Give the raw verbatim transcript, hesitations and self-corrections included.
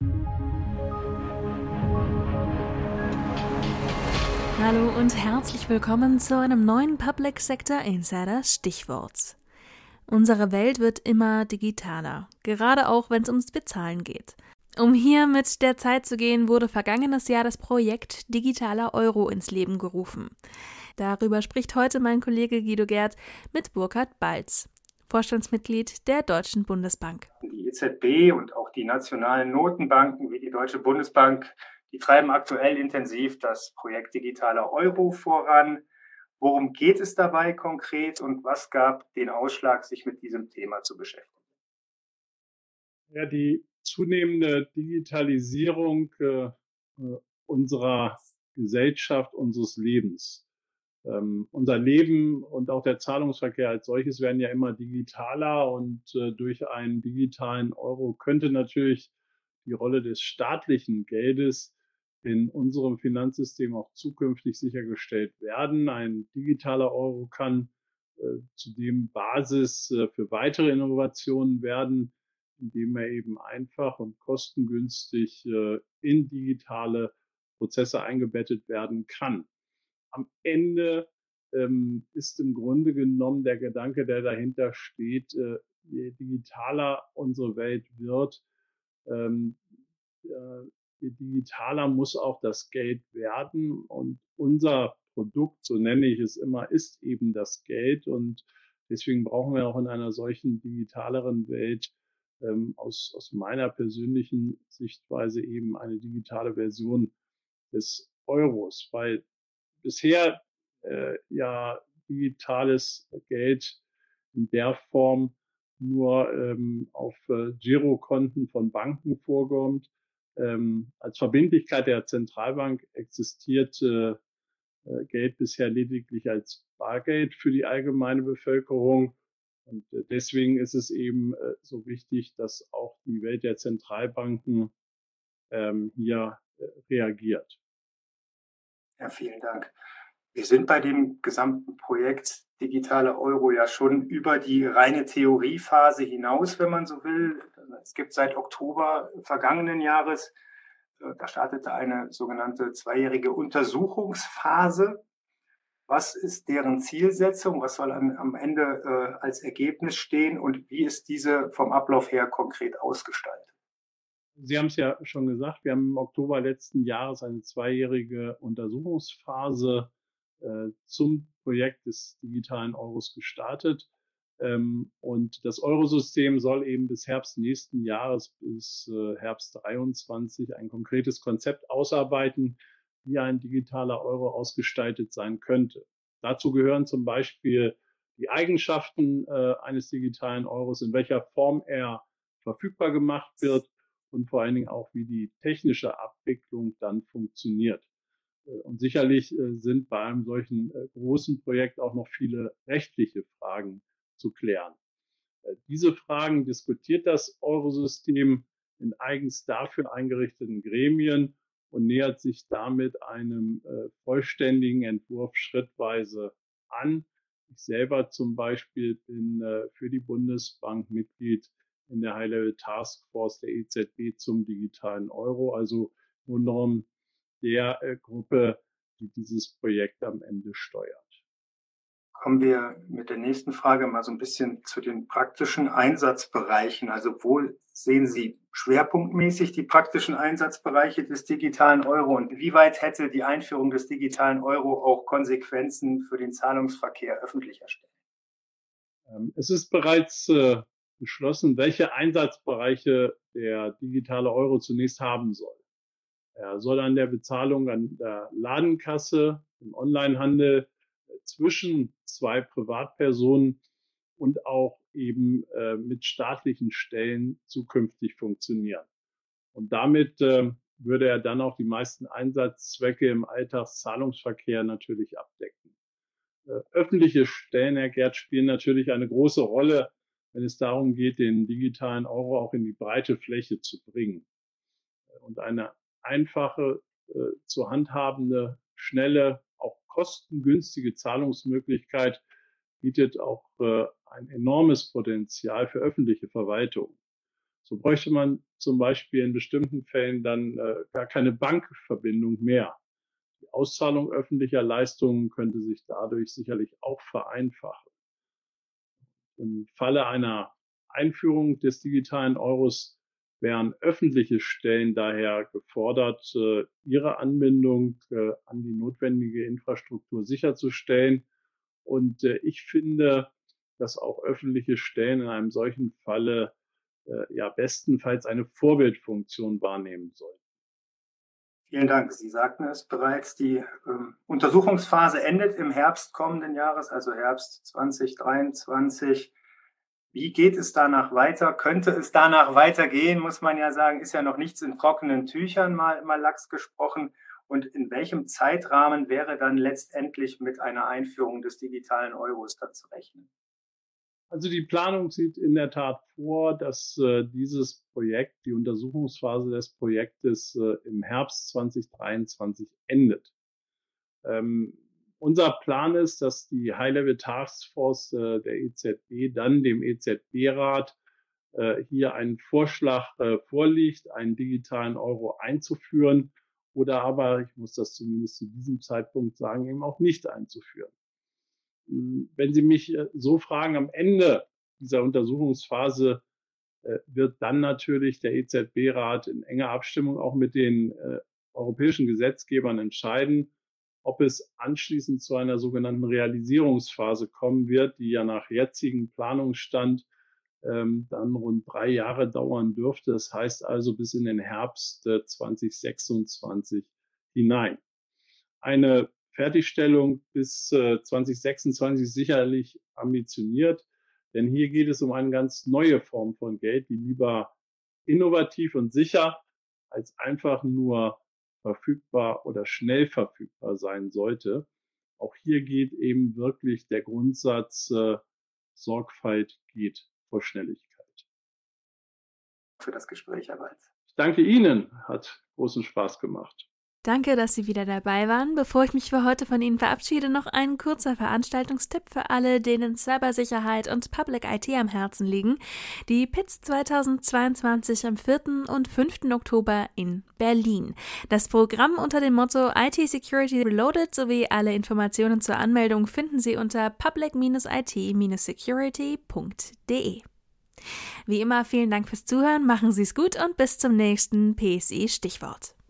Hallo und herzlich willkommen zu einem neuen Public Sector Insider Stichwort. Unsere Welt wird immer digitaler, gerade auch wenn es ums Bezahlen geht. Um hier mit der Zeit zu gehen, wurde vergangenes Jahr das Projekt Digitaler Euro ins Leben gerufen. Darüber spricht heute mein Kollege Guido Gerd mit Burkhard Balz, Vorstandsmitglied der Deutschen Bundesbank. Die E Z B und auch die nationalen Notenbanken wie die Deutsche Bundesbank, die treiben aktuell intensiv das Projekt Digitaler Euro voran. Worum geht es dabei konkret und was gab den Ausschlag, sich mit diesem Thema zu beschäftigen? Ja, die zunehmende Digitalisierung äh, unserer Gesellschaft, unseres Lebens. Ähm, unser Leben und auch der Zahlungsverkehr als solches werden ja immer digitaler und äh, durch einen digitalen Euro könnte natürlich die Rolle des staatlichen Geldes in unserem Finanzsystem auch zukünftig sichergestellt werden. Ein digitaler Euro kann äh, zudem Basis äh, für weitere Innovationen werden, indem er eben einfach und kostengünstig äh, in digitale Prozesse eingebettet werden kann. Am Ende ähm, ist im Grunde genommen der Gedanke, der dahinter steht, äh, je digitaler unsere Welt wird, ähm, äh, je digitaler muss auch das Geld werden. Und unser Produkt, so nenne ich es immer, ist eben das Geld. Und deswegen brauchen wir auch in einer solchen digitaleren Welt ähm, aus, aus meiner persönlichen Sichtweise eben eine digitale Version des Euros, weil bisher äh, ja digitales Geld in der Form nur ähm, auf äh, Girokonten von Banken vorkommt. Ähm, als Verbindlichkeit der Zentralbank existiert äh, äh, Geld bisher lediglich als Bargeld für die allgemeine Bevölkerung. Und äh, deswegen ist es eben äh, so wichtig, dass auch die Welt der Zentralbanken ähm, hier äh, reagiert. Ja, vielen Dank. Wir sind bei dem gesamten Projekt Digitaler Euro ja schon über die reine Theoriephase hinaus, wenn man so will. Es gibt seit Oktober vergangenen Jahres, da startete eine sogenannte zweijährige Untersuchungsphase. Was ist deren Zielsetzung? Was soll am, am Ende äh, als Ergebnis stehen und wie ist diese vom Ablauf her konkret ausgestaltet? Sie haben es ja schon gesagt, wir haben im Oktober letzten Jahres eine zweijährige Untersuchungsphase äh, zum Projekt des digitalen Euros gestartet. Ähm, und das Eurosystem soll eben bis Herbst nächsten Jahres, bis äh, Herbst dreiundzwanzig, ein konkretes Konzept ausarbeiten, wie ein digitaler Euro ausgestaltet sein könnte. Dazu gehören zum Beispiel die Eigenschaften äh, eines digitalen Euros, in welcher Form er verfügbar gemacht wird, und vor allen Dingen auch, wie die technische Abwicklung dann funktioniert. Und sicherlich sind bei einem solchen großen Projekt auch noch viele rechtliche Fragen zu klären. Diese Fragen diskutiert das Eurosystem in eigens dafür eingerichteten Gremien und nähert sich damit einem vollständigen Entwurf schrittweise an. Ich selber zum Beispiel bin für die Bundesbank Mitglied in der High-Level Taskforce der E Z B zum digitalen Euro, also im Grunde genommen der äh, Gruppe, die dieses Projekt am Ende steuert. Kommen wir mit der nächsten Frage mal so ein bisschen zu den praktischen Einsatzbereichen. Also wo sehen Sie schwerpunktmäßig die praktischen Einsatzbereiche des digitalen Euro und wie weit hätte die Einführung des digitalen Euro auch Konsequenzen für den Zahlungsverkehr öffentlicher Stellen? Ähm, es ist bereits äh, beschlossen, welche Einsatzbereiche der digitale Euro zunächst haben soll. Er soll an der Bezahlung an der Ladenkasse, im Onlinehandel äh, zwischen zwei Privatpersonen und auch eben äh, mit staatlichen Stellen zukünftig funktionieren. Und damit äh, würde er dann auch die meisten Einsatzzwecke im Alltagszahlungsverkehr natürlich abdecken. Äh, öffentliche Stellen, Herr Gerd, spielen natürlich eine große Rolle, wenn es darum geht, den digitalen Euro auch in die breite Fläche zu bringen. Und eine einfache, äh, zu handhabende, schnelle, auch kostengünstige Zahlungsmöglichkeit bietet auch äh, ein enormes Potenzial für öffentliche Verwaltung. So bräuchte man zum Beispiel in bestimmten Fällen dann äh, gar keine Bankverbindung mehr. Die Auszahlung öffentlicher Leistungen könnte sich dadurch sicherlich auch vereinfachen. Im Falle einer Einführung des digitalen Euros wären öffentliche Stellen daher gefordert, äh, ihre Anbindung äh, an die notwendige Infrastruktur sicherzustellen. Und äh, ich finde, dass auch öffentliche Stellen in einem solchen Falle äh, ja bestenfalls eine Vorbildfunktion wahrnehmen sollten. Vielen Dank. Sie sagten es bereits, die ähm, Untersuchungsphase endet im Herbst kommenden Jahres, also Herbst zwanzig dreiundzwanzig. Wie geht es danach weiter? Könnte es danach weitergehen, muss man ja sagen, ist ja noch nichts in trockenen Tüchern, mal, mal lax gesprochen. Und in welchem Zeitrahmen wäre dann letztendlich mit einer Einführung des digitalen Euros dann zu rechnen? Also die Planung sieht in der Tat vor, dass äh, dieses Projekt, die Untersuchungsphase des Projektes äh, im Herbst zwanzig dreiundzwanzig endet. Ähm, unser Plan ist, dass die High-Level Taskforce äh, der E Z B dann dem E Z B-Rat äh, hier einen Vorschlag äh, vorlegt, einen digitalen Euro einzuführen oder aber, ich muss das zumindest zu diesem Zeitpunkt sagen, eben auch nicht einzuführen. Wenn Sie mich so fragen, am Ende dieser Untersuchungsphase äh, wird dann natürlich der E Z B-Rat in enger Abstimmung auch mit den äh, europäischen Gesetzgebern entscheiden, ob es anschließend zu einer sogenannten Realisierungsphase kommen wird, die ja nach jetzigem Planungsstand ähm, dann rund drei Jahre dauern dürfte. Das heißt also bis in den Herbst äh, zwanzig sechsundzwanzig hinein. Eine Fertigstellung bis äh, zwanzig sechsundzwanzig sicherlich ambitioniert, denn hier geht es um eine ganz neue Form von Geld, die lieber innovativ und sicher als einfach nur verfügbar oder schnell verfügbar sein sollte. Auch hier geht eben wirklich der Grundsatz, äh, Sorgfalt geht vor Schnelligkeit. Für das Gespräch, Herr Walz. Ich danke Ihnen, hat großen Spaß gemacht. Danke, dass Sie wieder dabei waren. Bevor ich mich für heute von Ihnen verabschiede, noch ein kurzer Veranstaltungstipp für alle, denen Cybersicherheit und Public I T am Herzen liegen. Die P I Z zweitausendzweiundzwanzig am vierten und fünften Oktober in Berlin. Das Programm unter dem Motto I T Security Reloaded sowie alle Informationen zur Anmeldung finden Sie unter public I T security punkt de. Wie immer, vielen Dank fürs Zuhören, machen Sie es gut und bis zum nächsten P S I Stichwort.